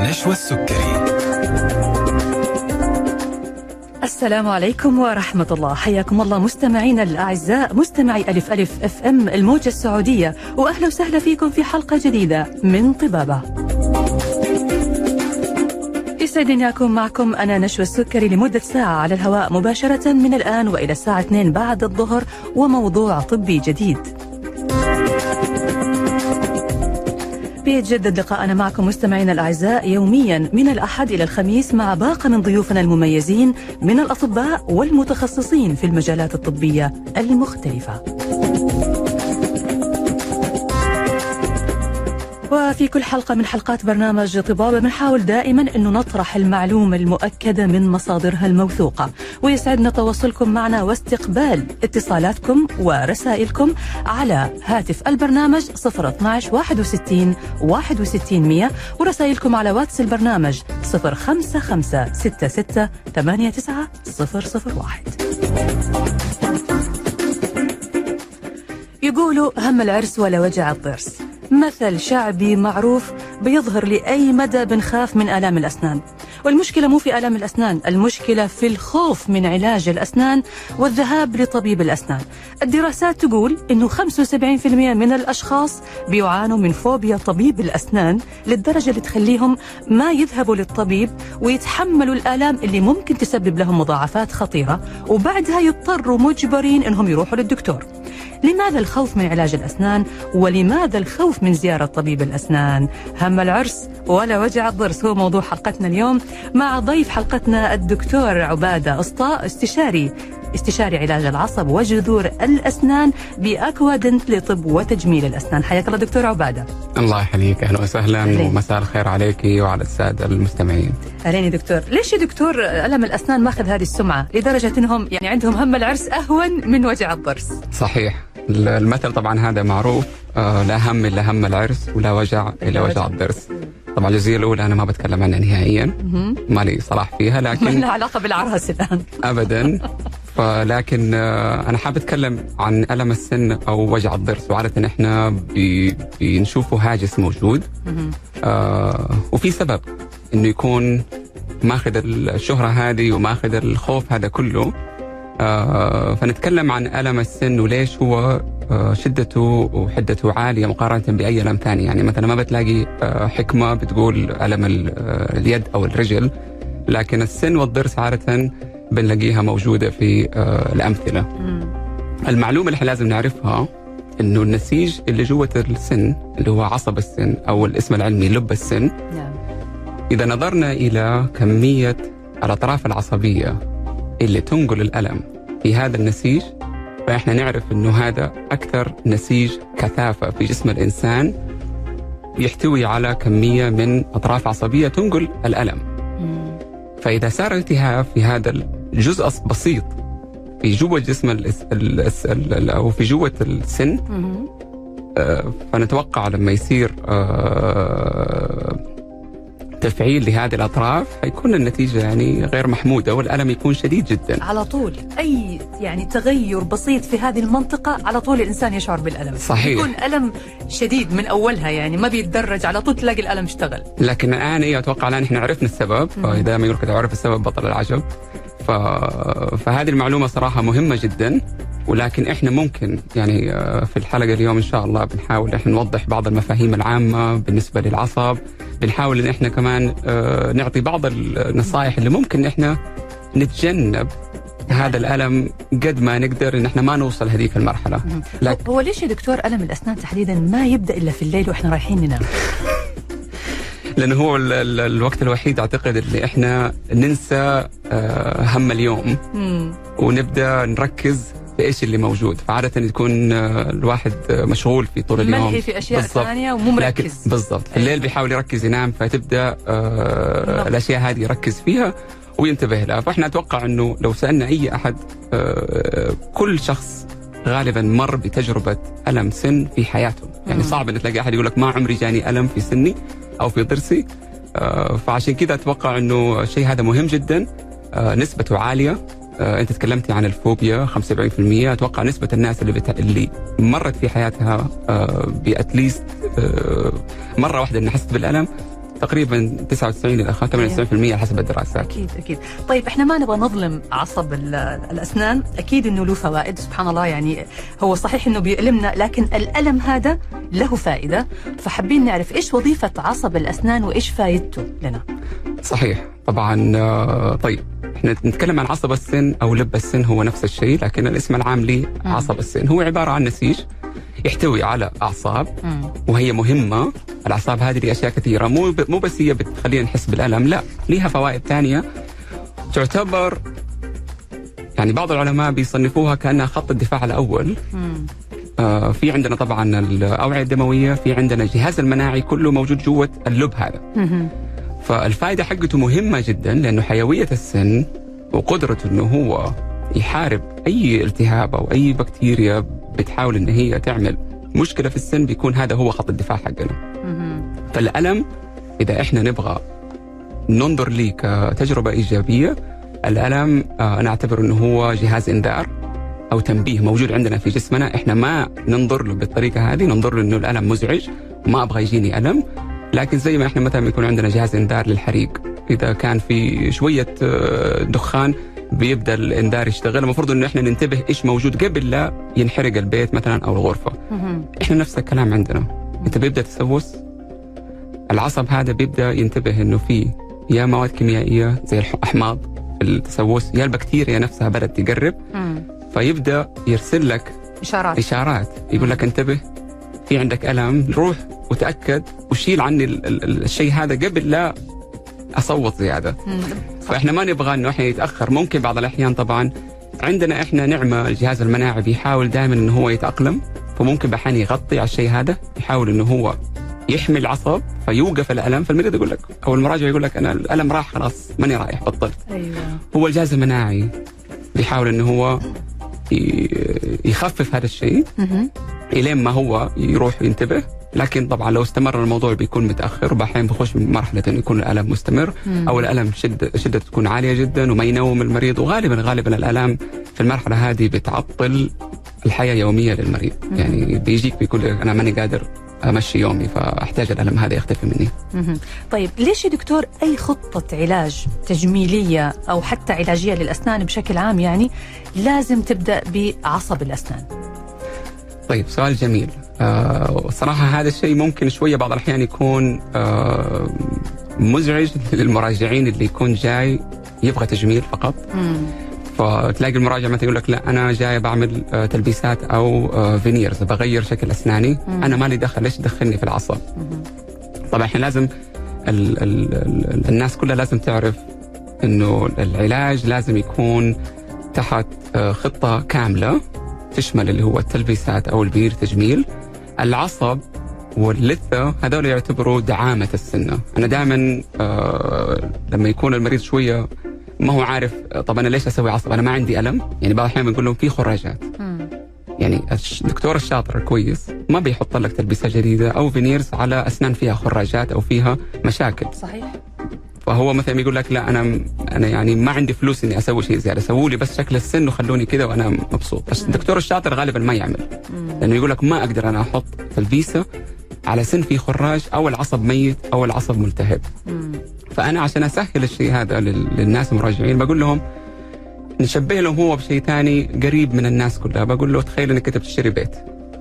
نشوى السكري. السلام عليكم ورحمة الله، حياكم الله مستمعينا الأعزاء، مستمعي ألف ألف اف ام الموجة السعودية، وأهلا وسهلا فيكم في حلقة جديدة من طبابة. يسعدني أن أكون معكم أنا نشوى السكري لمدة ساعة على الهواء مباشرة من الآن وإلى الساعة 2 بعد الظهر، وموضوع طبي جديد. بيتجدد لقاءنا معكم مستمعينا الأعزاء يوميا من الأحد إلى الخميس مع باقة من ضيوفنا المميزين من الأطباء والمتخصصين في المجالات الطبية المختلفة. وفي كل حلقة من حلقات برنامج طبابة بنحاول دائما أنه نطرح المعلومة المؤكدة من مصادرها الموثوقة، ويسعدنا تواصلكم معنا واستقبال اتصالاتكم ورسائلكم على هاتف البرنامج 012 61 61 100، ورسائلكم على واتس البرنامج 055 66 89 001. يقولوا هم العرس ولا وجع الضرس، مثل شعبي معروف بيظهر لأي مدى بنخاف من آلام الأسنان. والمشكلة مو في آلام الأسنان، المشكلة في الخوف من علاج الأسنان والذهاب لطبيب الأسنان. الدراسات تقول إنه 75% من الأشخاص بيعانوا من فوبيا طبيب الأسنان، للدرجة اللي تخليهم ما يذهبوا للطبيب ويتحملوا الآلام اللي ممكن تسبب لهم مضاعفات خطيرة، وبعدها يضطروا مجبرين إنهم يروحوا للدكتور. لماذا الخوف من علاج الأسنان؟ ولماذا الخوف من زيارة طبيب الأسنان؟ هم العرس ولا وجع الضرس هو موضوع حلقتنا اليوم، مع ضيف حلقتنا الدكتور عبادة أسطى، استشاري علاج العصب وجذور الأسنان بأكوادنت لطب وتجميل الأسنان. حياك الله دكتور عبادة. الله يحييك، أهلا وسهلا، ومساء الخير عليك وعلى السادة المستمعين. أهلين دكتور. ليش يا دكتور ألم الأسنان ماخذ هذه السمعة لدرجة أنهم يعني عندهم هم العرس أهون من وجع الضرس؟ صحيح، المثل طبعا هذا معروف، لا هم إلا هم العرس ولا وجع إلا وجع الضرس. طبعا الجزئية الأولى أنا ما بتكلم عنها نهائيا، ما لي صلاح فيها، لكن ما لها علاقة بالعرس الآن أبدا. لكن أنا حاب أتكلم عن ألم السن أو وجع الضرس، وعادة إحنا بنشوفه هاجس موجود، وفي سبب إنه يكون ماخذ الشهرة هذه وماخذ الخوف هذا كله. فنتكلم عن ألم السن وليش هو شدته وحدته عالية مقارنة بأي ألم ثاني. يعني مثلا ما بتلاقي حكمة بتقول ألم اليد أو الرجل، لكن السن والضرس عادة بنلاقيها موجودة في الأمثلة. المعلومة اللي لازم نعرفها إنه النسيج اللي جوة السن اللي هو عصب السن أو الاسم العلمي لب السن، إذا نظرنا إلى كمية الأطراف العصبية اللي تنقل الألم في هذا النسيج، فإحنا نعرف إنه هذا أكثر نسيج كثافة في جسم الإنسان، يحتوي على كمية من أطراف عصبية تنقل الألم. فإذا صار التهاب في هذا الجزء بسيط في جوة جسم أو في جوة السن، فنتوقع لما يصير تفعيل لهذه الأطراف حيكون النتيجة يعني غير محمودة، والألم يكون شديد جدا على طول. أي يعني تغير بسيط في هذه المنطقة على طول الإنسان يشعر بالألم. صحيح، يكون ألم شديد من أولها، يعني ما بيتدرج، على طول تلاقي الألم اشتغل. لكن الآن أتوقع الآن إحنا عرفنا السبب، فإذا ما يقولك إذا عرف السبب بطل العجب. فهذه المعلومة صراحة مهمة جدا، ولكن إحنا ممكن يعني في الحلقة اليوم إن شاء الله بنحاول إحنا نوضح بعض المفاهيم العامة بالنسبة للعصب، بنحاول إن إحنا كمان نعطي بعض النصائح اللي ممكن إحنا نتجنب هذا الألم قد ما نقدر، إن إحنا ما نوصل هذيك المرحلة. هو ليش يا دكتور ألم الأسنان تحديدا ما يبدأ إلا في الليل وإحنا رايحين ننام؟ لأنه هو الوقت الوحيد أعتقد اللي إحنا ننسى هم اليوم ونبدأ نركز في إيش اللي موجود. فعادة يكون الواحد مشغول في طول اليوم، ملهي في أشياء ثانية ومو مركز. بالضبط، في الليل بيحاول يركز ينام، فتبدأ الأشياء هذه يركز فيها وينتبه لها. فإحنا أتوقع أنه لو سألنا أي أحد، كل شخص غالبا مر بتجربة ألم سن في حياته. يعني صعب أن تلاقي أحد يقول لك ما عمري جاني ألم في سني أو في ضرسي. فعشان كذا أتوقع أنه الشيء هذا مهم جدا، نسبته عالية. أنت تكلمتي عن الفوبيا 75%، أتوقع نسبة الناس اللي مرت في حياتها بأتليست مرة واحدة إن حست بالألم تقريبا 99 إلى 98% على حسب الدراسات. أكيد. طيب إحنا ما نبغى نظلم عصب الأسنان، أكيد إنه له فوائد سبحان الله، يعني هو صحيح إنه بيألمنا لكن الألم هذا له فائدة، فحابين نعرف إيش وظيفة عصب الأسنان وإيش فائدته لنا. صحيح طبعا. طيب احنا نتكلم عن عصب السن او لب السن، هو نفس الشيء لكن الاسم العام ليه عصب السن. هو عبارة عن نسيج يحتوي على اعصاب وهي مهمة. الاعصاب هذه لها اشياء كثيرة، مو بس هي بتخلينا نحس بالالم، لا ليها فوائد ثانية تعتبر، يعني بعض العلماء بيصنفوها كأنها خط الدفاع الأول. في عندنا طبعا الأوعية الدموية، في عندنا الجهاز المناعي، كله موجود جوة اللب هذا. فالفائدة حقته مهمة جدا، لأنه حيوية السن وقدرته أنه هو يحارب أي التهاب أو أي بكتيريا بتحاول أن هي تعمل مشكلة في السن، بيكون هذا هو خط الدفاع حقنا. فالألم إذا إحنا نبغى ننظر ليه كتجربة إيجابية، الألم أنا أعتبر أنه هو جهاز إنذار أو تنبيه موجود عندنا في جسمنا. إحنا ما ننظر له بالطريقة هذه، ننظر له أنه الألم مزعج وما أبغى يجيني ألم. لكن زي ما إحنا مثلا يكون عندنا جهاز إنذار للحريق، إذا كان في شوية دخان بيبدأ الإنذار يشتغل، المفروض أنه إحنا ننتبه إيش موجود قبل لا ينحرق البيت مثلا أو الغرفة. إحنا نفس الكلام عندنا، أنت بيبدأ تسوس، العصب هذا بيبدأ ينتبه أنه في يا مواد كيميائية زي الأحماض في التسوس، يا البكتيريا نفسها بدأت تقرب، فيبدأ يرسل لك إشارات يقول لك انتبه في عندك ألم، روح وتأكد وشيل عني الشيء هذا قبل لا أصوت زيادة. فإحنا ما نبغى أنه إحنا يتأخر. ممكن بعض الأحيان طبعا عندنا إحنا نعمة الجهاز المناعي بيحاول دائما أنه هو يتأقلم، فممكن بحين يغطي على الشيء هذا، يحاول أنه هو يحمي العصب فيوقف الألم. فالمريض يقول لك أو المراجع يقول لك أنا الألم راح خلاص ماني رايح بطلت. هو الجهاز المناعي بيحاول أنه هو يخفف هذا الشيء إلين ما هو يروح ينتبه. لكن طبعا لو استمر الموضوع بيكون متأخر، وبحين بخش من مرحلة أن يكون الألم مستمر أو الألم شدة تكون عالية جدا وما ينوم المريض. وغالبا الألم في المرحلة هذه بتعطل الحياة يومية للمريض. يعني بيجيك بيقول أنا ماني قادر أمشي يومي، فأحتاج الألم هذا يختفي مني. طيب ليش يا دكتور أي خطة علاج تجميلية أو حتى علاجية للأسنان بشكل عام يعني لازم تبدأ بعصب الأسنان؟ طيب سؤال جميل. صراحة هذا الشيء ممكن شوية بعض الأحيان يكون مزعج للمراجعين اللي يكون جاي يبغى تجميل فقط. فتلاقي المراجع مثلا يقول لك لا أنا جاي بعمل تلبيسات أو فينيرز، بغير شكل أسناني، أنا مالي دخل، ليش تدخلني في العصب؟ طبعا احنا لازم الناس كلها لازم تعرف إنه العلاج لازم يكون تحت خطة كاملة تشمل اللي هو التلبيسات أو الفينير تجميل. العصب واللثة هذول يعتبروا دعامة السنة. أنا دائما لما يكون المريض شوية ما هو عارف طب أنا ليش أسوي عصب، أنا ما عندي ألم، يعني بعض الأحيان بنقول لهم في خراجات. يعني الدكتور الشاطر الكويس ما بيحط لك تلبيسة جديدة أو فينيرز على أسنان فيها خراجات أو فيها مشاكل. صحيح. فهو مثلا يقول لك لا أنا يعني ما عندي فلوس إني أسوي شيء زيادة، سووا لي بس شكل السن وخلوني كذا وأنا مبسوط. بس الدكتور الشاطر غالبا ما يعمل، لأنه يقول لك ما أقدر أنا أحط تلبيسة على سن فيه خراج أو العصب ميت أو العصب ملتهب. فأنا عشان أسهل الشيء هذا للناس المراجعين بقول لهم نشبه لهم هو بشيء ثاني قريب من الناس كلها. بقول له تخيل إنك أنت بتشتري بيت،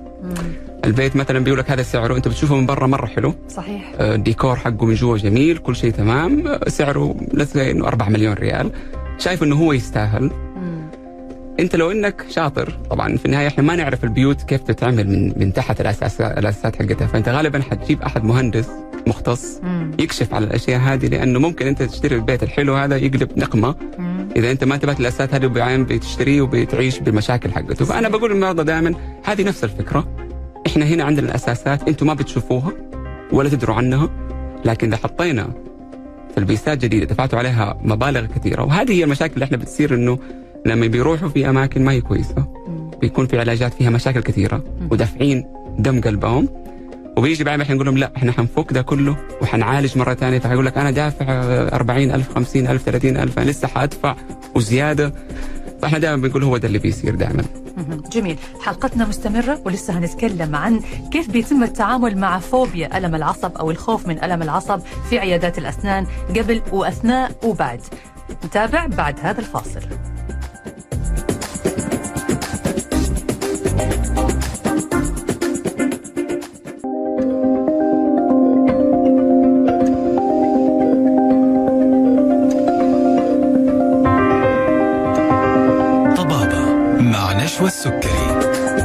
البيت مثلا بيقول لك هذا سعره، أنت بتشوفه من برا مرة حلو، صحيح، الديكور حقه من جوا جميل، كل شيء تمام، سعره لسه إنه 4 مليون ريال، شايف إنه هو يستاهل. أنت لو إنك شاطر، طبعا في النهاية إحنا ما نعرف البيوت كيف تتعمل من تحت الأساسات حقتها، فأنت غالبا حتجيب أحد مهندس مختص يكشف على الأشياء هذه، لأنه ممكن أنت تشتري البيت الحلو هذا يقلب نقمة إذا أنت ما انتبهت الأساسات هذه وبعين بتشتريه وبتعيش بالمشاكل حقته. فأنا بقول للمرضى دائما هذه نفس الفكرة، إحنا هنا عندنا الأساسات أنتم ما بتشوفوها ولا تدروا عنها، لكن إذا حطينا تلبيسات جديدة دفعتوا عليها مبالغ كثيرة، وهذه هي المشاكل اللي إحنا بتصير إنه لما بيروحوا في أماكن ما هي كويسة بيكون في علاجات فيها مشاكل كثيرة ودافعين دم قلبهم، وبيجي بعد احنا نقول لهم لا احنا حنفك ده كله وحنعالج مرة ثانية، فهيقول لك أنا دافع 40,000 50,000 30,000 أنا لسه حادفع وزيادة. فاحنا دائما بنقول هو ده اللي بيصير دائما. جميل. حلقتنا مستمرة ولسه هنتكلم عن كيف بيتم التعامل مع فوبيا ألم العصب أو الخوف من ألم العصب في عيادات الأسنان قبل وأثناء وبعد. نتابع بعد هذا الفاصل. والسكري.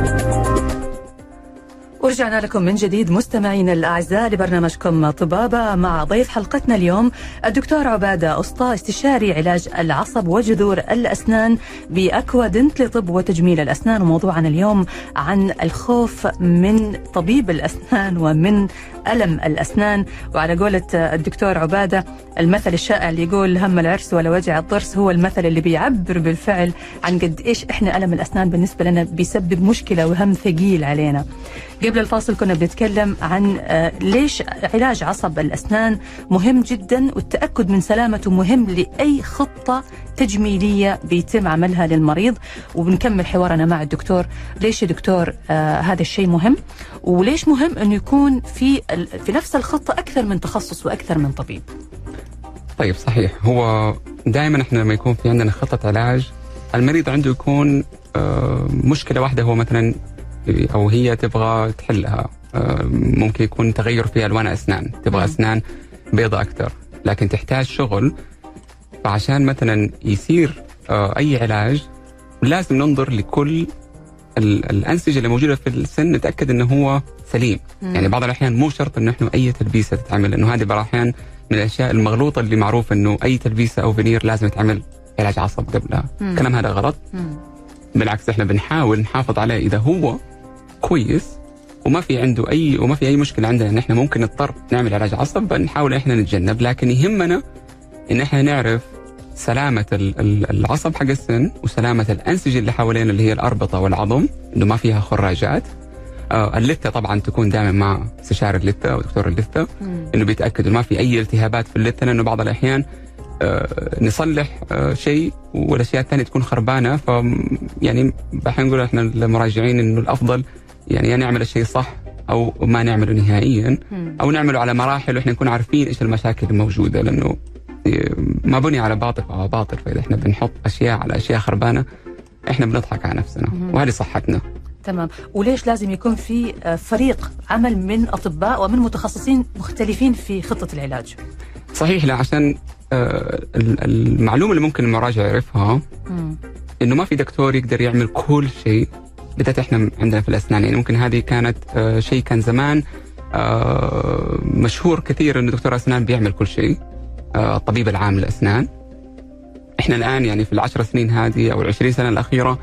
ورجعنا لكم من جديد مستمعينا الأعزاء لبرنامجكم طبابة مع ضيف حلقتنا اليوم الدكتور عبادة أسطى، استشاري علاج العصب وجذور الأسنان بأكوادنت لطب وتجميل الأسنان. وموضوعنا اليوم عن الخوف من طبيب الأسنان ومن ألم الأسنان. وعلى قولة الدكتور عبادة المثل الشائع اللي يقول هم العرس ولا وجع الضرس هو المثل اللي بيعبر بالفعل عن قد إيش إحنا ألم الأسنان بالنسبة لنا بيسبب مشكلة وهم ثقيل علينا. قبل الفاصل كنا بنتكلم عن ليش علاج عصب الأسنان مهم جدا، والتأكد من سلامته مهم لأي خطة تجميلية بيتم عملها للمريض. وبنكمل حوارنا مع الدكتور. ليش يا دكتور هذا الشيء مهم، وليش مهم أنه يكون في نفس الخطة أكثر من تخصص وأكثر من طبيب؟ طيب صحيح، هو دائما احنا لما يكون في عندنا خطة علاج المريض عنده يكون مشكلة واحدة هو مثلا أو هي تبغى تحلها. ممكن يكون تغير في ألوان أسنان، تبغى أسنان بيضة أكثر لكن تحتاج شغل. فعشان مثلا يصير أي علاج لازم ننظر لكل الأنسجة اللي موجودة في السن، نتأكد أنه هو سليم. يعني بعض الأحيان مو شرط أنه إحنا أي تلبيسة تتعمل، لأنه هذه بعض الأحيان من الأشياء المغلوطة اللي معروف أنه أي تلبيسة أو فينير لازم يتعمل علاج عصب قبلها. الكلام هذا غلط. بالعكس احنا بنحاول نحافظ عليه اذا هو كويس وما في عنده اي مشكله عندنا ان احنا ممكن نضطر نعمل علاج عصب، بنحاول احنا نتجنب. لكن يهمنا ان احنا نعرف سلامه العصب حق السن وسلامه الانسجه اللي حوالينا اللي هي الاربطه والعظم، انه ما فيها خراجات. اللثه طبعا تكون دائما مع استشاري اللثه ودكتور اللثه انه بيتاكد انه ما في اي التهابات في اللثه، لانه بعض الاحيان نصلح شيء والاشياء الثانيه تكون خربانه. ف يعني بحين نقول احنا المراجعين انه الافضل يعني نعمل الشيء صح او ما نعمله نهائيا، او نعمله على مراحل واحنا نكون عارفين ايش المشاكل الموجوده، لانه ما بني على باطل او باطل. فاذا احنا بنحط اشياء على اشياء خربانه احنا بنضحك على نفسنا وهذه صحتنا. تمام. وليش لازم يكون في فريق عمل من اطباء ومن متخصصين مختلفين في خطه العلاج؟ صحيح، لا عشان المعلومة اللي ممكن المراجع يعرفها إنه ما في دكتور يقدر يعمل كل شيء، بالذات إحنا عندنا في الأسنان. يعني ممكن هذه كانت شيء كان زمان مشهور كثير إنه دكتور أسنان بيعمل كل شيء، الطبيب العام للأسنان. إحنا الآن يعني في 10 سنين هذه أو 20 سنة الأخيرة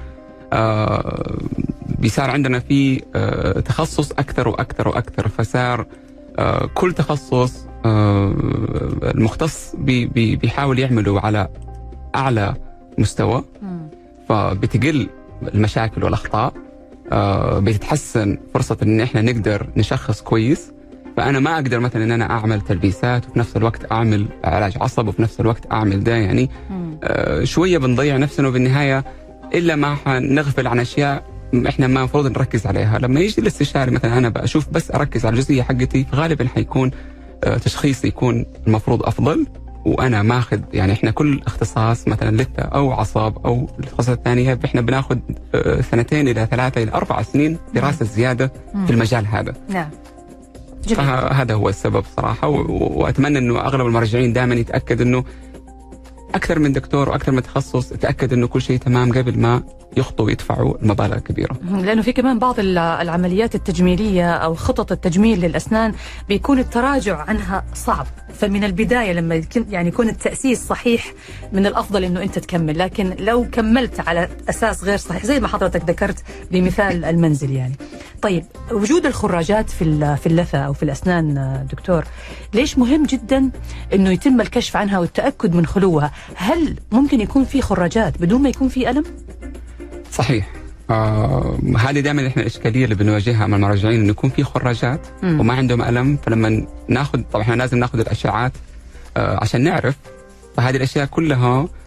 بيصار عندنا في تخصص أكثر وأكثر وأكثر. فصار كل تخصص المختص بيحاول يعملوا على أعلى مستوى، فبتقل المشاكل والأخطاء، بتتحسن فرصة إن إحنا نقدر نشخص كويس. فأنا ما أقدر مثلا إن أنا أعمل تلبيسات وفي نفس الوقت أعمل علاج عصب وفي نفس الوقت أعمل ده. يعني شوية بنضيع نفسنا وبالنهاية إلا ما نغفل عن أشياء إحنا ما المفروض نركز عليها. لما يجي الاستشاري مثلا أنا بشوف بس أركز على الجزئية حقتي، غالبا حيكون تشخيص يكون المفروض أفضل. وأنا ماخذ يعني إحنا كل اختصاص مثلا لثة أو عصب أو الاختصاصات الثانية إحنا بناخذ 2 إلى 3 إلى 4 سنين دراسة زيادة في المجال هذا. نعم. هذا هو السبب صراحة. وأتمنى إنه أغلب المراجعين دائما يتأكد إنه أكثر من دكتور وأكثر من تخصص، يتأكد إنه كل شيء تمام قبل ما يخطوا ويدفعوا المبالغ الكبيرة. لأنه في كمان بعض العمليات التجميلية أو خطط التجميل للأسنان بيكون التراجع عنها صعب، فمن البداية لما يكون التأسيس صحيح من الأفضل إنه أنت تكمل. لكن لو كملت على أساس غير صحيح زي ما حضرتك ذكرت بمثال المنزل يعني. طيب وجود الخراجات في اللثة أو في الأسنان دكتور، ليش مهم جدا إنه يتم الكشف عنها والتأكد من خلوها؟ هل ممكن يكون في خراجات بدون ما يكون في ألم؟ صحيح. هذه دائما احنا الاشكاليه اللي بنواجهها مع المراجعين، انه يكون في خراجات وما عندهم الم. فلما ناخذ طبعا احنا لازم ناخذ الاشعاعات عشان نعرف. فهذه الاشياء كلها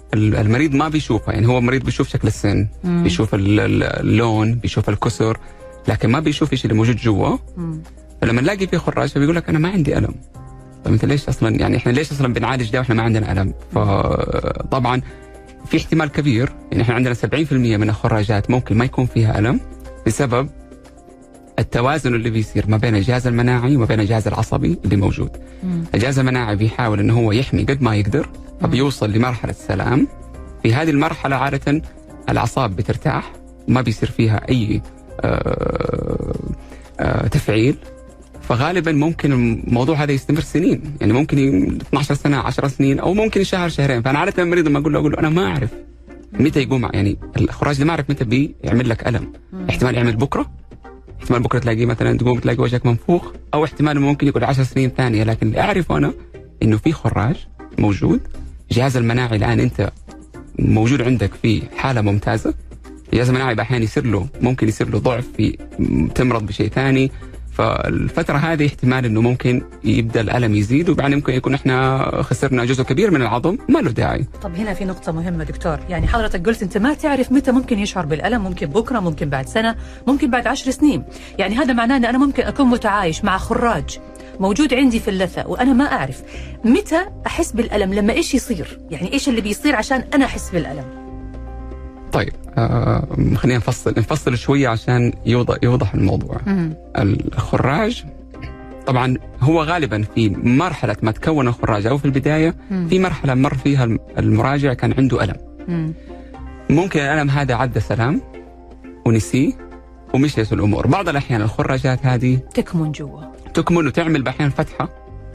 المريض ما بيشوفها، يعني هو المريض بيشوف شكل السن، بيشوف اللون، بيشوف الكسر، لكن ما بيشوف ايش اللي موجود جوا. فلما نلاقي فيه خراج بيقول لك انا ما عندي الم. طيب انت ليش اصلا، يعني احنا ليش اصلا بنعالج ده واحنا ما عندنا الم؟ فطبعا في احتمال كبير، يعني احنا عندنا 70% من الخراجات ممكن ما يكون فيها الم بسبب التوازن اللي بيصير ما بين الجهاز المناعي وما بين الجهاز العصبي اللي موجود. الجهاز المناعي بيحاول انه هو يحمي قد ما يقدر، فبيوصل لمرحله السلام. في هذه المرحله عاده الاعصاب بترتاح، ما بيصير فيها اي تفعيل، فغالبا ممكن الموضوع هذا يستمر سنين، يعني ممكن 12 سنه 10 سنين، او ممكن شهر شهرين. فانا عاده المريض لما اقول له انا ما اعرف متى يقوم، يعني الخراج ده ما اعرف متى بيعمل لك الم. احتمال يعمل بكره، احتمال بكره تلاقيه مثلا تقوم تلاقي وجهك منفوخ، او احتمال ممكن يكون 10 سنين ثانيه. لكن اللي اعرفه انا انه في خراج موجود. الجهاز المناعي الان انت موجود عندك في حاله ممتازه. الجهاز المناعي احيانا ممكن يصير له ضعف، في تمرض بشيء ثاني. فالفترة هذه احتمال انه ممكن يبدا الالم يزيد، وبعدين ممكن يكون احنا خسرنا جزء كبير من العظم، ما له داعي. طب هنا في نقطة مهمة دكتور، يعني حضرتك قلت انت ما تعرف متى ممكن يشعر بالالم، ممكن بكرة، ممكن بعد سنة، ممكن بعد 10 سنين. يعني هذا معناه ان انا ممكن اكون متعايش مع خراج موجود عندي في اللثة وانا ما اعرف متى احس بالالم. لما ايش يصير؟ يعني ايش اللي بيصير عشان انا احس بالالم؟ طيب خلينا نفصل شوية عشان يوضح الموضوع. الخراج طبعا هو غالبا في مرحلة ما تكون الخراج أو في البداية في مرحلة مر فيها المراجع كان عنده ألم. ممكن الألم هذا عدى سلام ونسيه ومشيت الأمور. بعض الأحيان الخراجات هذه تكمن وتعمل بأحيان فتحة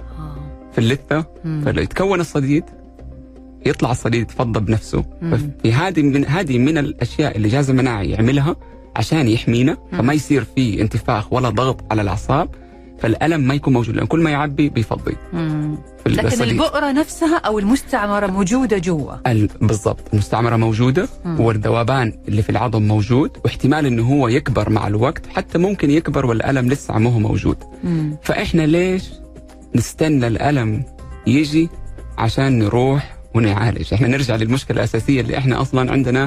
في اللثة، فيتكون الصديد، يطلع الصديد يتفضى بنفسه. ففي هذه من الاشياء اللي الجهاز المناعي يعملها عشان يحمينا، فما يصير في انتفاخ ولا ضغط على الاعصاب، فالالم ما يكون موجود، لان كل ما يعبي بيفضي. لكن البؤره نفسها او المستعمره موجوده جوا. بالضبط، المستعمره موجوده، والذوبان اللي في العظم موجود، واحتمال انه هو يكبر مع الوقت، حتى ممكن يكبر والالم لسه ما هو موجود. فاحنا ليش نستنى الالم يجي عشان نروح ونعالج؟ احنا نرجع للمشكله الاساسيه اللي احنا اصلا عندنا،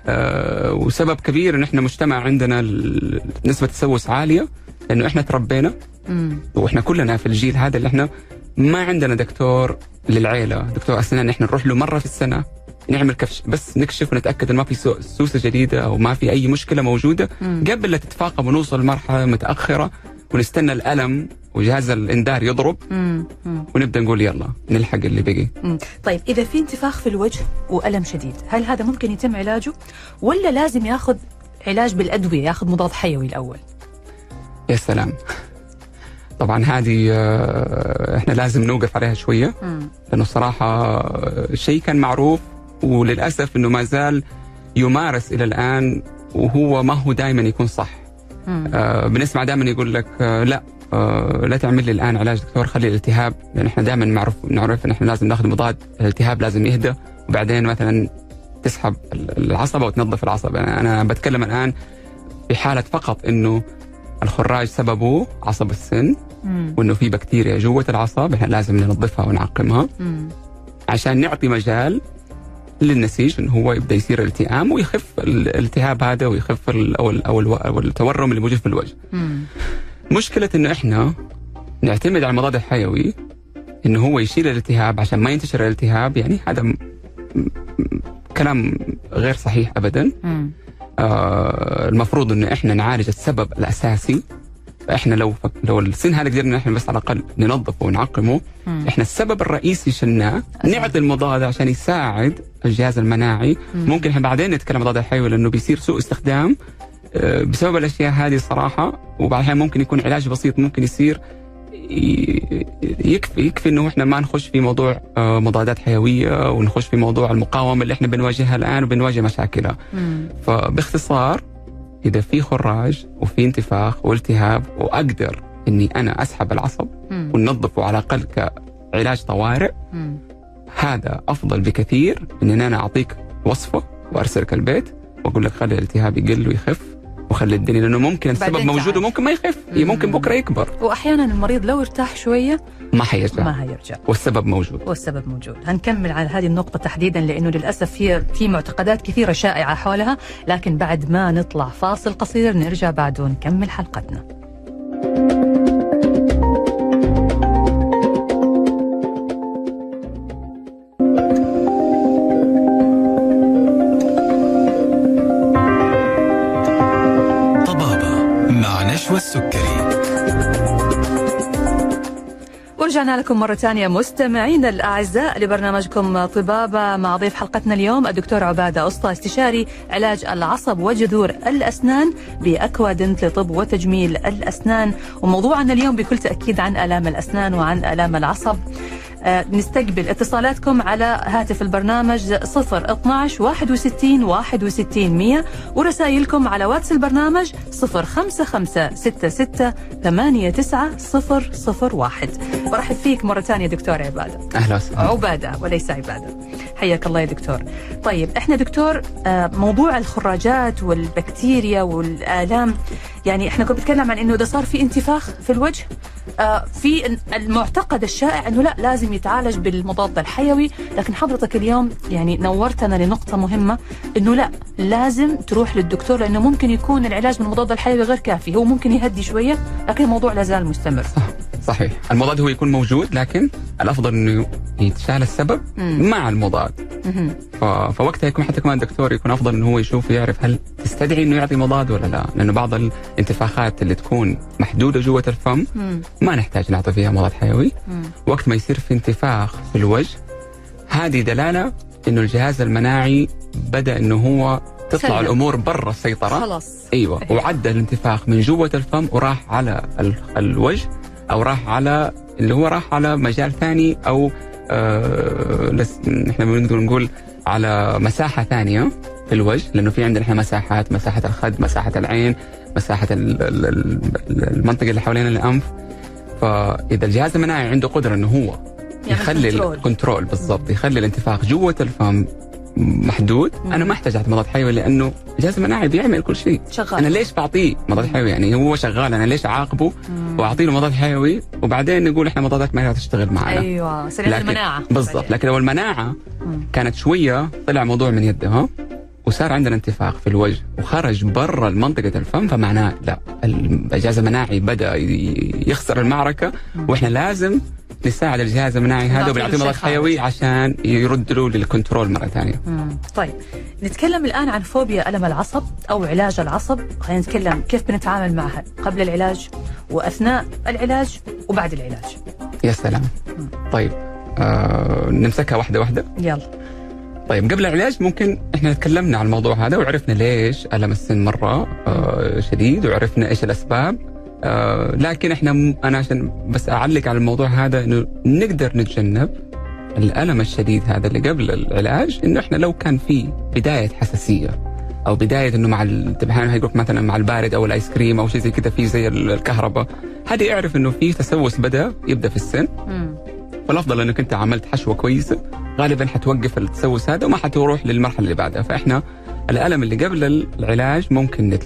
وسبب كبير ان احنا مجتمع عندنا نسبه تسوس عاليه، لانه احنا تربينا واحنا كلنا في الجيل هذا اللي احنا ما عندنا دكتور للعيله، دكتور اسنان احنا نروح له مره في السنه نعمل كفش بس نكشف ونتاكد ان ما في سوسه جديده او ما في اي مشكله موجوده قبل لا تتفاقم ونوصل لمرحله متاخره ونستنى الالم وجهاز الانذار يضرب ونبدا نقول يلا نلحق اللي بقي. طيب اذا في انتفاخ في الوجه والم شديد، هل هذا ممكن يتم علاجه ولا لازم ياخذ علاج بالادويه، ياخذ مضاد حيوي الاول؟ يا سلام. طبعا هذه احنا لازم نوقف عليها شويه، لانه الصراحه شيء كان معروف وللاسف انه ما زال يمارس الى الان، وهو ما هو دائما يكون صح. بنسمع دائما يقول لك لا تعمل لي الان علاج دكتور، خلي الالتهاب، لان احنا دائما نعرف ان احنا لازم ناخذ مضاد الالتهاب، لازم يهدى وبعدين مثلا تسحب العصبه وتنظف العصب. انا بتكلم الان في حاله فقط انه الخراج سببه عصب السن، وانه في بكتيريا جوه العصب احنا لازم ننظفها ونعقمها عشان نعطي مجال للنسيج انه هو يبدا يصير التئام ويخف الالتهاب هذا ويخف او التورم اللي موجود في الوجه. مشكله انه احنا نعتمد على المضاد الحيوي انه هو يشيل الالتهاب عشان ما ينتشر الالتهاب، يعني هذا كلام غير صحيح ابدا. المفروض انه احنا نعالج السبب الاساسي. فاحنا لو السن هذا قدرنا احنا بس على الاقل ننظفه ونعقمه، احنا السبب الرئيسي شلناه، نعطي المضاد عشان يساعد الجهاز المناعي. ممكن احنا بعدين نتكلم عن المضاد الحيوي لانه بيصير سوء استخدام بسبب الاشياء هذه صراحه، وبعدها ممكن يكون علاج بسيط ممكن يصير يكفي انه احنا ما نخش في موضوع مضادات حيويه ونخش في موضوع المقاومه اللي احنا بنواجهها الان وبنواجه مشاكلها. فباختصار اذا في خراج وفي انتفاخ والتهاب واقدر اني انا اسحب العصب وننظفه على الاقل كعلاج طوارئ، هذا افضل بكثير من ان انا اعطيك وصفه وارسلك البيت واقول لك خلي الالتهاب يقل ويخف وخلي الدنيا، لانه ممكن السبب موجود وممكن ما يخف، ممكن بكره يكبر. واحيانا المريض لو ارتاح شويه ما حيرجع والسبب موجود. هنكمل على هذه النقطه تحديدا، لانه للاسف في معتقدات كثيره شائعه حولها، لكن بعد ما نطلع فاصل قصير نرجع بعد ونكمل حلقتنا. والسكري. ورجعنا لكم مرة ثانية مستمعينا الأعزاء لبرنامجكم طبابة، مع ضيف حلقتنا اليوم الدكتور عبادة أسطى، استشاري علاج العصب وجذور الأسنان بأكوادنت لطب وتجميل الأسنان. وموضوعنا اليوم بكل تأكيد عن آلام الأسنان وعن آلام العصب. نستقبل اتصالاتكم على هاتف البرنامج 012 61 61 100 ورسائلكم على واتس البرنامج 055 66 89 001. برحب فيك مرة ثانية دكتور عبادة. أهلا وسهلا. عبادة وليس عبادة. حياك الله يا دكتور. طيب احنا دكتور موضوع الخراجات والبكتيريا والآلام، يعني احنا كنا بنتكلم عن انه اذا صار في انتفاخ في الوجه، في المعتقد الشائع انه لا لازم يتعالج بالمضاد الحيوي، لكن حضرتك اليوم يعني نورتنا لنقطة مهمة، انه لا لازم تروح للدكتور، لانه ممكن يكون العلاج بالمضاد الحيوي غير كافي، هو ممكن يهدي شوية لكن الموضوع لا زال مستمر. صحيح، المضاد هو يكون موجود، لكن الافضل انه يتشال السبب مع المضاد. فوقتها يكون حتى كمان الدكتور يكون افضل انه هو يشوف يعرف هل تستدعي انه يعطي مضاد ولا لا، لانه بعض الانتفاخات اللي تكون محدوده جوه الفم ما نحتاج نعطي فيها مضاد حيوي. وقت ما يصير في انتفاخ في الوجه، هذه دلاله انه الجهاز المناعي بدا انه هو تطلع الامور برا السيطره خلاص. ايوه، وعدى الانتفاخ من جوه الفم وراح على الوجه، او راح على اللي هو راح على مجال ثاني، او احنا بنقدر نقول على مساحه ثانيه في الوجه، لانه في عندنا احنا مساحات، مساحه الخد، مساحه العين، مساحه المنطقه اللي حوالين الانف. فاذا الجهاز المناعي عنده قدره انه هو يخلي الكنترول بالضبط، يخلي الانتفاخ جوه الفم محدود، انا ما احتاج اعطي مضاد حيوي، لانه الجهاز المناعي بيعمل كل شيء شغال. انا ليش بعطيه مضاد حيوي؟ يعني هو شغال، انا ليش اعاقبه واعطي له مضاد حيوي وبعدين نقول احنا مضادات ما تشتغل معنا؟ ايوه سريع المناعه بالضبط. لكن لو المناعه كانت شويه طلع موضوع من يدها وصار عندنا انتفاخ في الوجه وخرج برا منطقه الفم، فمعناه لا، الجهاز المناعي بدا يخسر المعركه، واحنا لازم نساعد الجهاز المناعي هذا وبنعطيه مضاد حيوي عشان يرد له للكنترول مرة ثانية. طيب نتكلم الآن عن فوبيا ألم العصب أو علاج العصب. خلينا نتكلم كيف بنتعامل معها قبل العلاج وأثناء العلاج وبعد العلاج. يا سلام. طيب نمسكها واحدة واحدة. يلا. طيب قبل العلاج ممكن احنا تكلمنا عن الموضوع هذا وعرفنا ليش ألم السن مرة شديد، وعرفنا ايش الأسباب. لكن أنا عشان بس أعلق على الموضوع هذا، إنه نقدر نتجنب الألم الشديد هذا اللي قبل العلاج، إنه إحنا لو كان في بداية حساسية أو بداية إنه مع التبهان هيقولك مثلا مع البارد أو الآيس كريم أو شيء زي كذا، في زي الكهرباء، هذه اعرف إنه في تسوس يبدأ في السن. والأفضل إنك أنت عملت حشوة كويسة، غالبا حتوقف التسوس هذا وما حتروح للمرحلة اللي بعدها. فإحنا الألم اللي قبل العلاج ممكن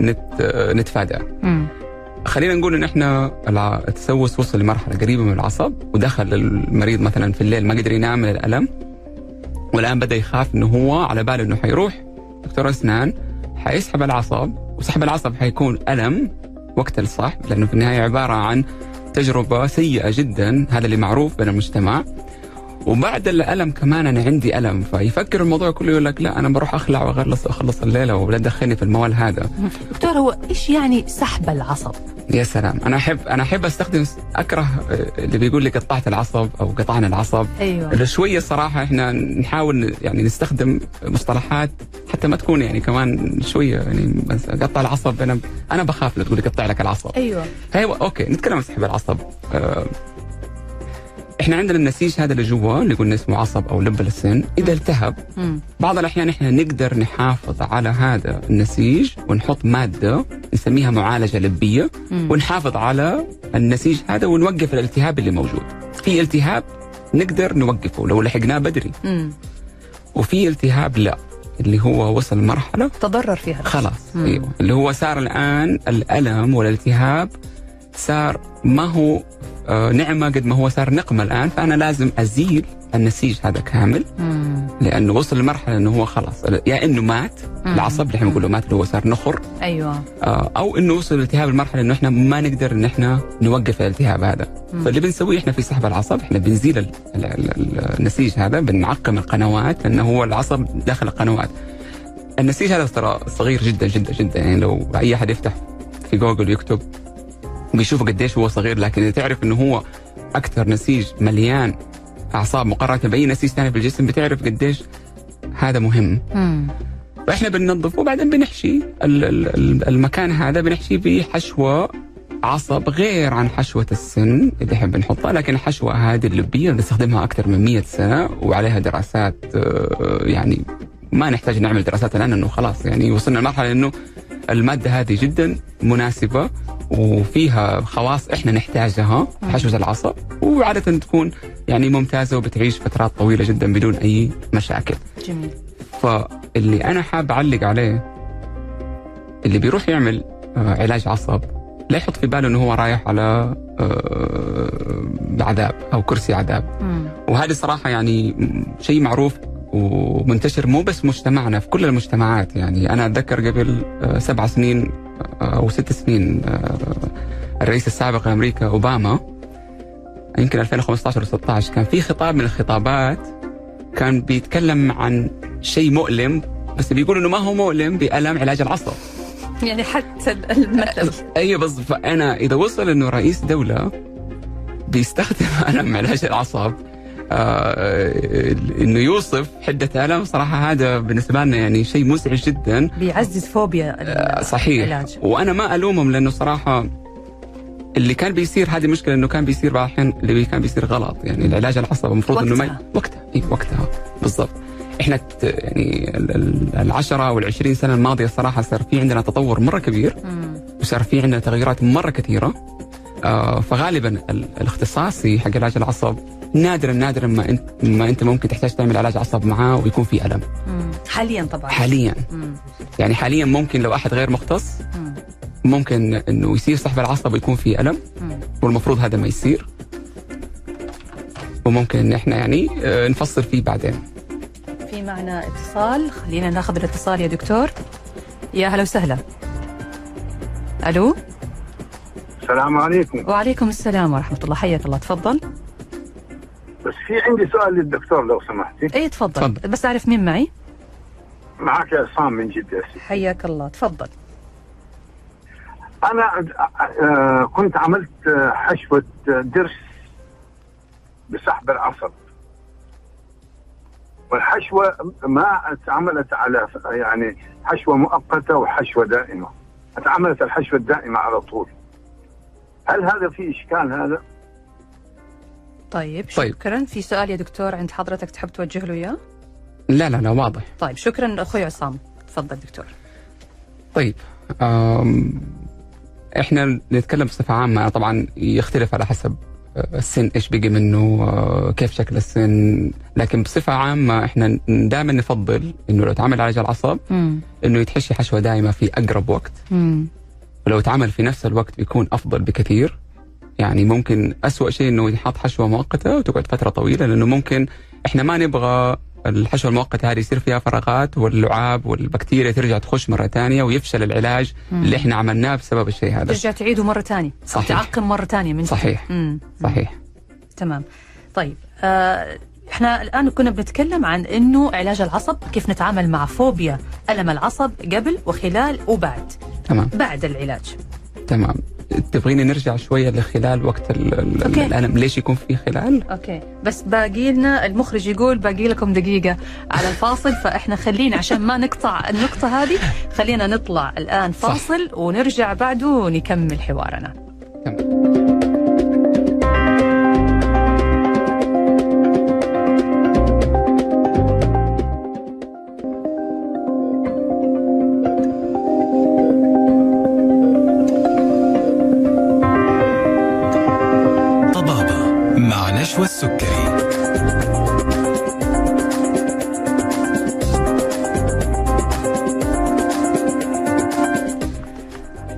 نتفاداه. خلينا نقول ان احنا التسوس وصل لمرحله قريبه من العصب، ودخل المريض مثلا في الليل ما قدر ينام من الالم، والان بدا يخاف انه هو على باله انه حيروح دكتور اسنان حيسحب العصب، وسحب العصب حيكون الم وقت الصح، لانه في النهايه عباره عن تجربه سيئه جدا، هذا اللي معروف بين المجتمع. وبعد الالم كمان انا عندي الم، فيفكر الموضوع كله يقول لك لا انا بروح اخلع واخلص الليله ولا تدخلني في الموال هذا. دكتور هو ايش يعني سحب العصب؟ يا سلام، انا احب استخدم، اكره اللي بيقول لي قطعت العصب او قطعنا العصب. ايوه شويه صراحه احنا نحاول يعني نستخدم مصطلحات حتى ما تكون يعني كمان شويه يعني قطع العصب، انا بخاف لو تقول لي قطع لك العصب. ايوه اوكي نتكلم عن سحب العصب. احنا عندنا النسيج هذا اللي جوا اللي قلنا اسمه عصب او لب السن، اذا التهب بعض الاحيان احنا نقدر نحافظ على هذا النسيج ونحط ماده نسميها معالجه لبيه، ونحافظ على النسيج هذا ونوقف الالتهاب اللي موجود. في التهاب نقدر نوقفه لو لحقناه بدري، وفي التهاب لا، اللي هو وصل مرحلة تضرر فيها خلاص. أيوه. اللي هو صار الآن الألم والالتهاب صار ما هو نعمة قد ما هو صار نقمة الآن، فأنا لازم أزيل النسيج هذا كامل. لأنه وصل لمرحلة أنه هو خلاص يا إنه مات العصب اللي احنا نقوله مات، اللي هو صار نخر. أيوة. أو إنه وصل الالتهاب المرحلة إنه إحنا ما نقدر إن إحنا نوقف الالتهاب هذا. فاللي بنسويه إحنا في سحب العصب إحنا بنزيل النسيج هذا، بنعقم القنوات لأنه هو العصب داخل القنوات. النسيج هذا ترى صغير جدا جدا جدا، يعني لو أي أحد يفتح في جوجل يكتب بيشوفوا قديش هو صغير، لكن إذا تعرف إنه هو أكثر نسيج مليان أعصاب مقارنة بأي نسيج ثاني في الجسم، بتعرف قديش هذا مهم. فإحنا بننظفه وبعدين بنحشي المكان هذا، بنحشيه بحشوة عصب غير عن حشوة السن اللي احنا بنحطها، لكن الحشوة هذه اللبية بنستخدمها أكثر من 100 سنة وعليها دراسات. يعني ما نحتاج نعمل دراسات الآن، إنه خلاص يعني وصلنا لمرحلة إنه المادة هذه جدا مناسبة وفيها خواص احنا نحتاجها في حشوة العصب، وعادة تكون يعني ممتازة وبتعيش فترات طويلة جدا بدون أي مشاكل. جميل. فاللي أنا حاب أعلق عليه، اللي بيروح يعمل علاج عصب لا يحط في باله إنه هو رايح على عذاب أو كرسي عذاب. وهذه صراحة يعني شيء معروف ومنتشر مو بس مجتمعنا، في كل المجتمعات. يعني أنا أتذكر قبل 7 سنين أو 6 سنين الرئيس السابق لأمريكا أوباما، يمكن 2015 و16، كان في خطاب من الخطابات كان بيتكلم عن شيء مؤلم، بس بيقول إنه ما هو مؤلم بألم علاج العصب. يعني حتى المثل. أيوة بس فأنا إذا وصل إنه رئيس دولة بيستخدم ألم علاج العصب انه يوصف حده الم، صراحه هذا بالنسبه لنا يعني شيء مزعج جدا، بيعزز فوبيا صحيح العلاج. وانا ما الومهم، لانه صراحه اللي كان بيصير هذه مشكله، انه كان بيصير بعض الاحيان اللي كان بيصير غلط. يعني العلاج العصب المفروض انه ما وقتها بالضبط. احنا يعني ال10 او ال20 سنه الماضيه صراحه صار في عندنا تطور مره كبير، وصار في عندنا تغيرات مره كثيره. فغالبا الاختصاصي حق علاج العصب نادرا ما انت ممكن تحتاج تعمل علاج عصب معاه ويكون في الم. حاليا طبعا يعني حاليا ممكن لو احد غير مختص ممكن انه يصير سحب العصب ويكون في الم، والمفروض هذا ما يصير، وممكن ان احنا يعني نفصل فيه بعدين. في معنا اتصال، خلينا ناخذ الاتصال يا دكتور. يا هلا وسهلا. الو. السلام عليكم. وعليكم السلام ورحمه الله، حياك الله، تفضل. بس في عندي سؤال للدكتور لو سمحتي. اي تفضل. بس اعرف مين معي؟ معك يا عصام من جدة. حياك الله، تفضل. انا كنت عملت حشوة ضرس بسحب العصب، والحشوة ما اتعملت على يعني حشوة مؤقتة وحشوة دائمة، اتعملت الحشوة الدائمة على طول. هل هذا في إشكال هذا؟ طيب شكرا. في سؤال يا دكتور عند حضرتك تحب توجه له إياه؟ لا واضح. طيب شكرا أخوي عصام، تفضل دكتور. طيب إحنا نتكلم بصفة عامة، طبعا يختلف على حسب السن إيش بيجي منه، كيف شكل السن، لكن بصفة عامة إحنا دائما نفضل إنه لو تعمل علاج العصب إنه يتحشي حشوة دائمة في أقرب وقت. ولو تعمل في نفس الوقت بيكون أفضل بكثير. يعني ممكن أسوأ شيء إنه يحط حشوة مؤقتة وتقعد فترة طويلة، لأنه ممكن إحنا ما نبغى الحشوة المؤقتة هذه يصير فيها فراغات واللعاب والبكتيريا ترجع تخش مرة تانية ويفشل العلاج اللي إحنا عملناه بسبب الشيء هذا. ترجع تعيده مرة تانية. صحيح. تعقم مرة تانية من صحيح. صحيح. تمام. طيب احنا الآن كنا بنتكلم عن إنه علاج العصب، كيف نتعامل مع فوبيا ألم العصب قبل وخلال وبعد. تمام. بعد العلاج. تمام. تبغيني نرجع شوية لخلال وقت الألم، ليش يكون في خلال؟ أوكي. بس باقي لنا، المخرج يقول باقي لكم دقيقة على الفاصل، فإحنا خلينا عشان ما نقطع النقطة هذه، خلينا نطلع الآن فاصل صح. ونرجع بعده ونكمل حوارنا. تمام. نشوى السكري.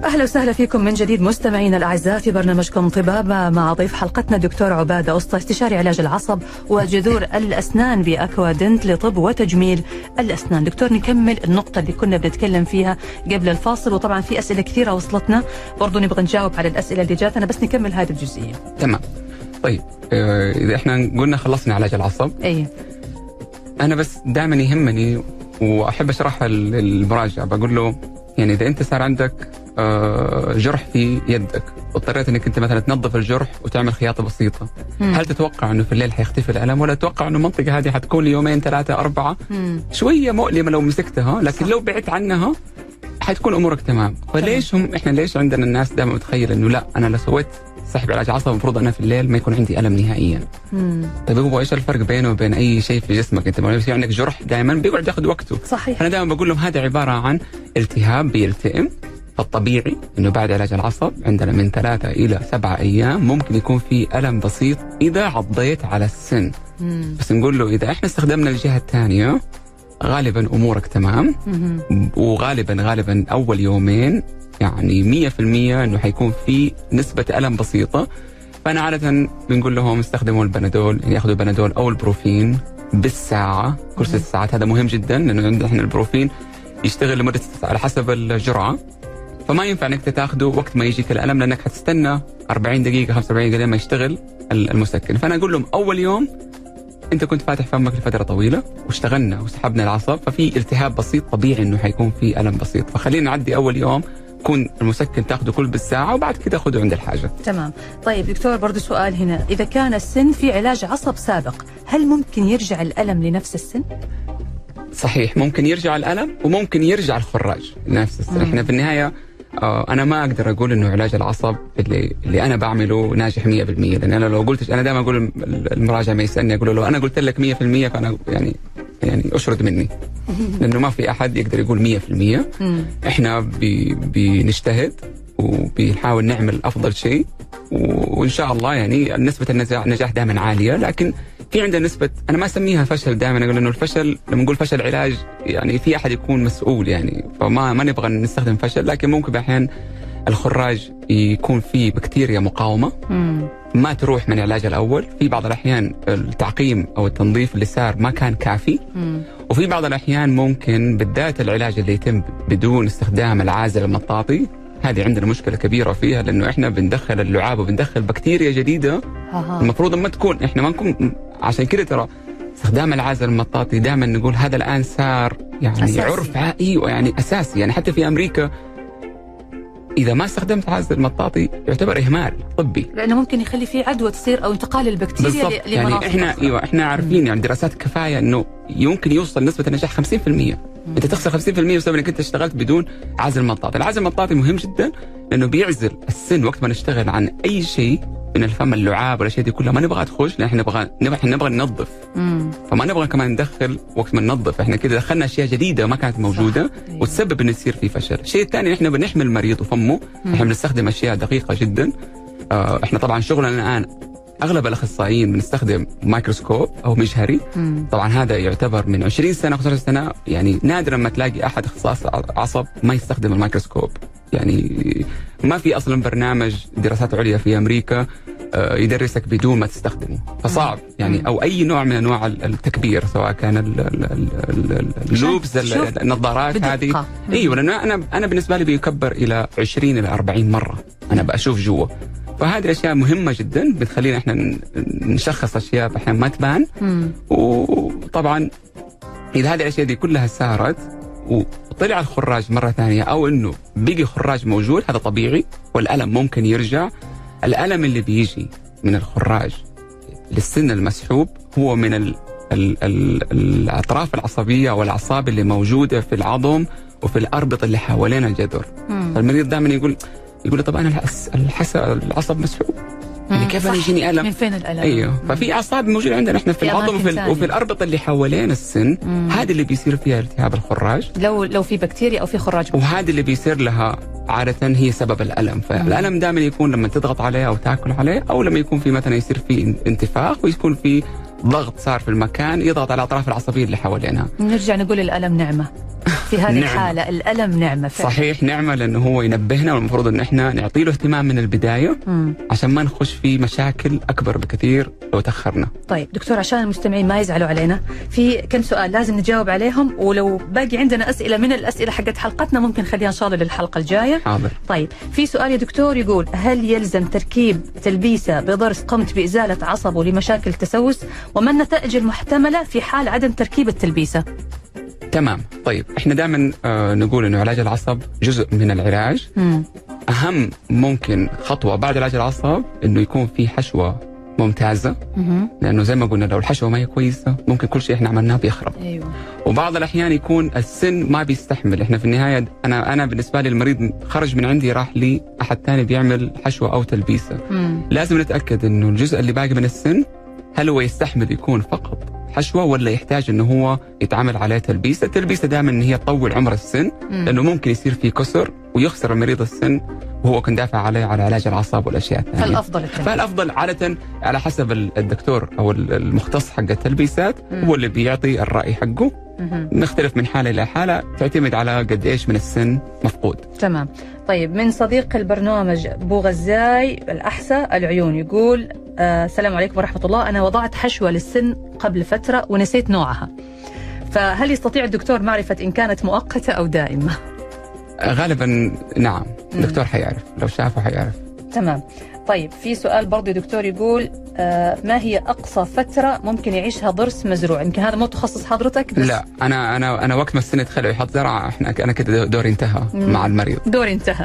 أهلا وسهلا فيكم من جديد مستمعينا الأعزاء في برنامجكم طبابة مع ضيف حلقتنا دكتور عبادة أسطى، استشاري علاج العصب وجذور الأسنان بأكوادنت لطب وتجميل الأسنان. دكتور، نكمل النقطة اللي كنا بنتكلم فيها قبل الفاصل، وطبعا في أسئلة كثيرة وصلتنا برضو نبغى نجاوب على الأسئلة اللي جاتنا، بس نكمل هذه الجزئية. تمام. طيب إذا إحنا قلنا خلصنا علاج العصب، أنا بس دائما يهمني وأحب أشرحها للمراجع، بقول له يعني إذا أنت صار عندك جرح في يدك واضطريت أنك أنت مثلا تنظف الجرح وتعمل خياطة بسيطة، هل تتوقع أنه في الليل حيختفي الألم، ولا تتوقع أنه المنطقة هذه حتكون ليومين 3 4 شوية مؤلمة لو مسكتها، لكن لو بعدت عنها حتكون أمورك تمام. فليش إحنا ليش عندنا الناس دائما متخيل أنه لا، أنا لو سويت سحب علاج عصب المفروض أنا في الليل ما يكون عندي ألم نهائيا. طيب هو إيش الفرق بينه وبين أي شيء في جسمك؟ أنت لما يصير عندك جرح دائما بيقعد ياخذ وقته. صحيح. أنا دائما بقول لهم هذا عبارة عن التهاب بيلتئم، فالطبيعي إنه بعد علاج العصب عندنا من 3 إلى 7 أيام ممكن يكون في ألم بسيط إذا عضيت على السن. بس نقول له إذا إحنا استخدمنا الجهة الثانية غالبا أمورك تمام، وغالبا أول يومين يعني 100% إنه حيكون في نسبة ألم بسيطة. فأنا عادة بنقول لهم استخدموا البنادول، يعني ياخذوا البنادول أو البروفين بالساعة كل 6 ساعات. هذا مهم جدا لأنه عندنا إحنا البروفين يشتغل لمدة 6 ساعات على حسب الجرعة، فما ينفع إنك تاخده وقت ما يجيك الألم، لأنك حتستنى 40 دقيقة 45 دقيقة لما يشتغل المسكن. فأنا أقول لهم أول يوم أنت كنت فاتح فمك لفترة طويلة واشتغلنا وسحبنا العصب، ففي التهاب بسيط طبيعي إنه حيكون في ألم بسيط، فخلينا نعدي أول يوم كون المسكن تاخده كل بالساعة وبعد كده خده عند الحاجة. تمام. طيب دكتور، برضو سؤال هنا، إذا كان السن في علاج عصب سابق هل ممكن يرجع الألم لنفس السن؟ صحيح، ممكن يرجع الألم وممكن يرجع الخراج لنفس السن. احنا في النهاية أنا ما أقدر أقول إنه علاج العصب اللي أنا بعمله ناجح 100%، لأن أنا لو قلت، أنا دائما أقول المراجع ما يسألني أقول له لو أنا قلت لك 100% فأنا يعني أشرد مني، لأنه ما في أحد يقدر يقول 100%. إحنا بنجتهد وبنحاول نعمل أفضل شيء، وإن شاء الله يعني نسبة النجاح دائما عالية. لكن في عندنا نسبة، أنا ما أسميها فشل، دائما أقول إنه الفشل لما نقول فشل علاج يعني في أحد يكون مسؤول، يعني فما نبغى نستخدم فشل، لكن ممكن بأحيان الخراج يكون فيه بكتيريا مقاومة ما تروح من العلاج الأول. في بعض الأحيان التعقيم أو التنظيف اللي صار ما كان كافي، وفي بعض الأحيان ممكن بالذات العلاج اللي يتم بدون استخدام العازل المطاطي، هذه عندنا مشكلة كبيرة فيها، لأنه إحنا بندخل اللعاب وبندخل بكتيريا جديدة المفروض ما تكون، إحنا ما نكون. عشان كده ترى استخدام العازل المطاطي دائما نقول هذا الآن صار يعني أساسي. عرف يعني أساسي، يعني حتى في أمريكا إذا ما استخدمت عازل مطاطي يعتبر إهمال طبي، لأنه ممكن يخلي فيه عدوى تصير أو انتقال البكتيريا يعني إحنا عارفين يعني دراسات كفاية إنه يمكن يوصل نسبة النجاح 50%. أنت تخسر 50% بسبب إنك أنت اشتغلت بدون عازل مطاطي. العازل المطاطي مهم جدا لأنه بيعزل السن وقت ما نشتغل عن أي شيء من الفم، اللعاب والأشياء دي كلها ما نبغى تخش، لأن إحنا نبغى ننظف، فما نبغى كمان ندخل وقت ما ننظف. إحنا كده دخلنا أشياء جديدة ما كانت موجودة وتسبب إنه يصير في فشل. الشيء الثاني إحنا بنحمي المريض وفمه، إحنا بنستخدم أشياء دقيقة جدا. إحنا طبعا شغلنا الآن أغلب الأخصائيين بنستخدم مايكروسكوب أو مجهري. طبعا هذا يعتبر من 20 سنة 15 سنة يعني نادرا ما تلاقي أحد اختصاص عصب ما يستخدم الميكروسكوب. يعني ما في أصلا برنامج دراسات عليا في أمريكا يدرسك بدون ما تستخدمه، فصعب يعني. أو أي نوع من أنواع التكبير، سواء كان اللوبز النظارات هذه. أيوة، لأن أنا بالنسبة لي بيكبر إلى 20 إلى 40 مرة أنا بشوف جوا. فهذه الأشياء مهمة جدا بتخلينا إحنا نشخص أشياء أحيانا ما تبان. وطبعا إذا هذه الأشياء دي كلها سارت وطلع الخراج مرة ثانية أو إنه بيجي خراج موجود، هذا طبيعي والألم ممكن يرجع. الألم اللي بيجي من الخراج للسن المسحوب هو من الأطراف العصبية والأعصاب اللي موجودة في العظم وفي الأربطة اللي حوالين الجذر. فالمريض دائما يقول طب أنا العصب مسحوب، يعني كيف أنا يجيني ألم؟ من فين الألم؟ أيوه، ففي أعصاب موجودة عندنا إحنا في العظم وفي الأربطة اللي حوالين السن. هذه اللي بيصير فيها التهاب الخراج لو في بكتيريا أو في خراج، وهذه اللي بيصير لها عادة هي سبب الألم. فالألم دائما يكون لما تضغط عليه أو تاكل عليه، أو لما يكون في مثلا يصير في انتفاخ ويكون في ضغط صار في المكان يضغط على الأطراف العصبية اللي حوالينها. نرجع نقول الألم نعمة. في هذه الحالة الألم نعمة فعلا. صحيح، نعمة، لأنه هو ينبهنا، والمفروض أن احنا نعطي له اهتمام من البداية عشان ما نخش في مشاكل أكبر بكثير لو تأخرنا. طيب دكتور، عشان المستمعين ما يزعلوا علينا، في كم سؤال لازم نجاوب عليهم، ولو باقي عندنا أسئلة من الأسئلة حقت حلقتنا ممكن نخليها إن شاء الله للحلقة الجاية. حاضر. طيب في سؤال يا دكتور يقول: هل يلزم تركيب تلبيسة بضرس قمت بإزالة عصبه لمشاكل التسوس؟ وما النتائج المحتملة في حال عدم تركيب التلبيسة؟ تمام. طيب احنا دائما نقول انه علاج العصب جزء من العلاج. اهم ممكن خطوة بعد علاج العصب انه يكون في حشوة ممتازة، لانه زي ما قلنا لو الحشوة ما هي كويسة ممكن كل شيء احنا عملناه بيخرب. أيوة. وبعض الاحيان يكون السن ما بيستحمل. احنا في النهاية انا بالنسبة لي المريض خرج من عندي راح لي احد ثاني بيعمل حشوة او تلبيسة. لازم نتأكد انه الجزء اللي باقي من السن هل هو يستحمل يكون فقط حشوة ولا يحتاج انه هو يتعامل عليه تلبيسة. التلبيسة دائما ان هي تطول عمر السن، لانه ممكن يصير فيه كسر ويخسر المريض السن وهو كان دافع عليه على علاج الأعصاب والأشياء الثانية. فالأفضل عادة على حسب الدكتور أو المختص حق التلبيسات هو اللي بيعطي الرأي حقه. نختلف من حالة إلى حالة، تعتمد على قد إيش من السن مفقود. تمام. طيب من صديق البرنامج أبو غزاي الأحساء العيون يقول: السلام عليكم ورحمة الله، أنا وضعت حشوة للسن قبل فترة ونسيت نوعها، فهل يستطيع الدكتور معرفة إن كانت مؤقتة أو دائمة؟ غالبا نعم، الدكتور حيعرف، لو شافه حيعرف. تمام. طيب في سؤال برضو يا دكتور يقول: ما هي أقصى فترة ممكن يعيشها ضرس مزروع؟ يمكن هذا مو تخصص حضرتك بس. لا، أنا وقت ما السن يدخل ويحط زرعة أنا كده دوري انتهى مع المريض. دوري انتهى.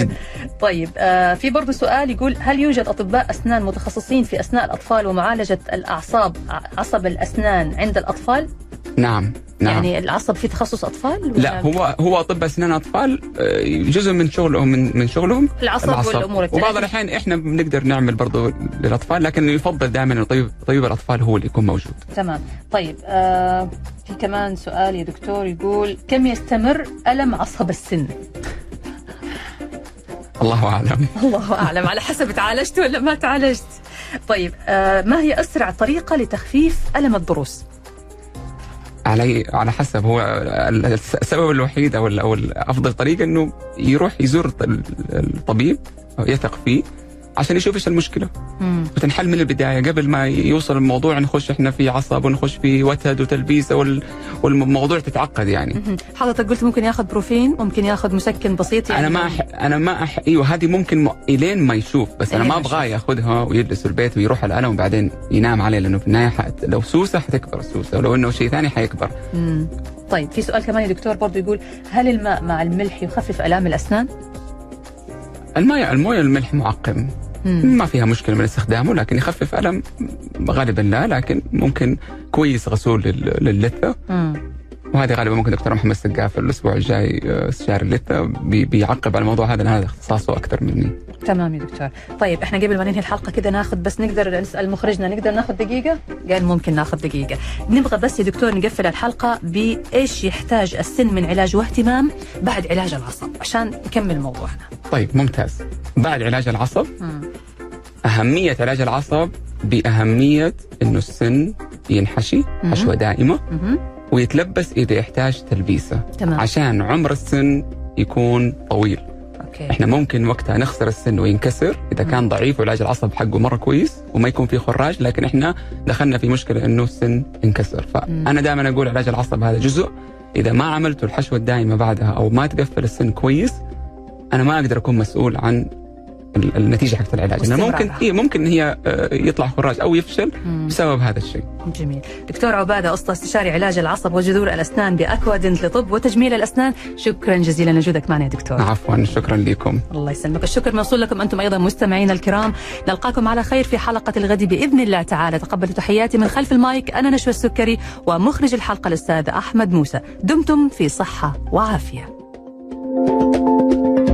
طيب في برضو سؤال يقول: هل يوجد أطباء أسنان متخصصين في أسنان الأطفال ومعالجة الأعصاب عصب الأسنان عند الأطفال؟ نعم. يعني العصب في تخصص أطفال؟ لا، هو أطباء أسنان أطفال جزء من شغلهم من شغلهم العصب والأمور الثانية. وبعض الأحيان إحنا بنقدر نعمل برضو للأطفال، لكن يفضل دائما إن طبيب الأطفال هو اللي يكون موجود. تمام. طيب في كمان سؤال يا دكتور يقول: كم يستمر ألم عصب السن؟ الله أعلم. الله أعلم، على حسب تعالجت ولا ما تعالجت. طيب ما هي أسرع طريقة لتخفيف ألم الضروس؟ على حسب. هو السبب الوحيد أو أفضل طريقة إنه يروح يزور الطبيب يثق فيه عشان يشوف إيش المشكلة وتنحل من البداية قبل ما يوصل الموضوع نخش إحنا في عصب ونخش في وتد وتلبيسة والموضوع تتعقد يعني. حضرتك قلت ممكن ياخذ بروفين، ممكن ياخذ مسكن بسيط يعني. أنا ما أيوه هذه ممكن إلين ما يشوف، بس أنا ما أبغاه ياخذها ويجلس البيت ويروح الألم وبعدين ينام عليه، لأنه في النهاية لو سوسة حتكبر السوسة ولو إنه شيء ثاني حيكبر. طيب في سؤال كمان يا دكتور برضو يقول: هل الماء مع الملح يخفف آلام الأسنان؟ المويه الملح معقم، ما فيها مشكلة من استخدامه، لكن يخفف ألم غالبا لا، لكن ممكن كويس غسول للثة. وهذه غالبا ممكن دكتور محمد سقاف الأسبوع الجاي استشاري اللثة بيعقب على الموضوع هذا، لأن هذا اختصاصه أكثر مني. تمام يا دكتور. طيب احنا قبل ما ننهي الحلقة كده ناخذ بس، نقدر نسأل مخرجنا نقدر ناخذ دقيقة؟ قال ممكن ناخذ دقيقة. نبغى بس يا دكتور نقفل الحلقة بإيش يحتاج السن من علاج واهتمام بعد علاج العصب عشان نكمل موضوعنا. طيب ممتاز. بعد علاج العصب أهمية علاج العصب بأهمية إنه السن ينحشي حشوة دائمة ويتلبس إذا يحتاج تلبيسة. تمام. عشان عمر السن يكون طويل. أوكي. إحنا ممكن وقتها نخسر السن وينكسر إذا كان ضعيف وعلاج العصب حقه مرة كويس وما يكون فيه خراج، لكن إحنا دخلنا في مشكلة إنه السن انكسر. فأنا دائما أقول علاج العصب هذا جزء، إذا ما عملته الحشوة الدائمة بعدها أو ما تقفل السن كويس أنا ما أقدر أكون مسؤول عن النتيجة حقت العلاج. ممكن هي يطلع خراج أو يفشل بسبب هذا الشيء. جميل. دكتور عبادة أسطى، استشاري علاج العصب وجذور الأسنان بأكوادنت لطب وتجميل الأسنان، شكرا جزيلا لوجودك معنا يا دكتور. عفوا، شكرا لكم. الله يسلمك. الشكر موصول لكم أنتم أيضا مستمعينا الكرام. نلقاكم على خير في حلقة الغد بإذن الله تعالى. تقبلوا تحياتي من خلف المايك، أنا نشوى السكري ومخرج الحلقة الأستاذ أحمد موسى. دمتم في صحة وعافية.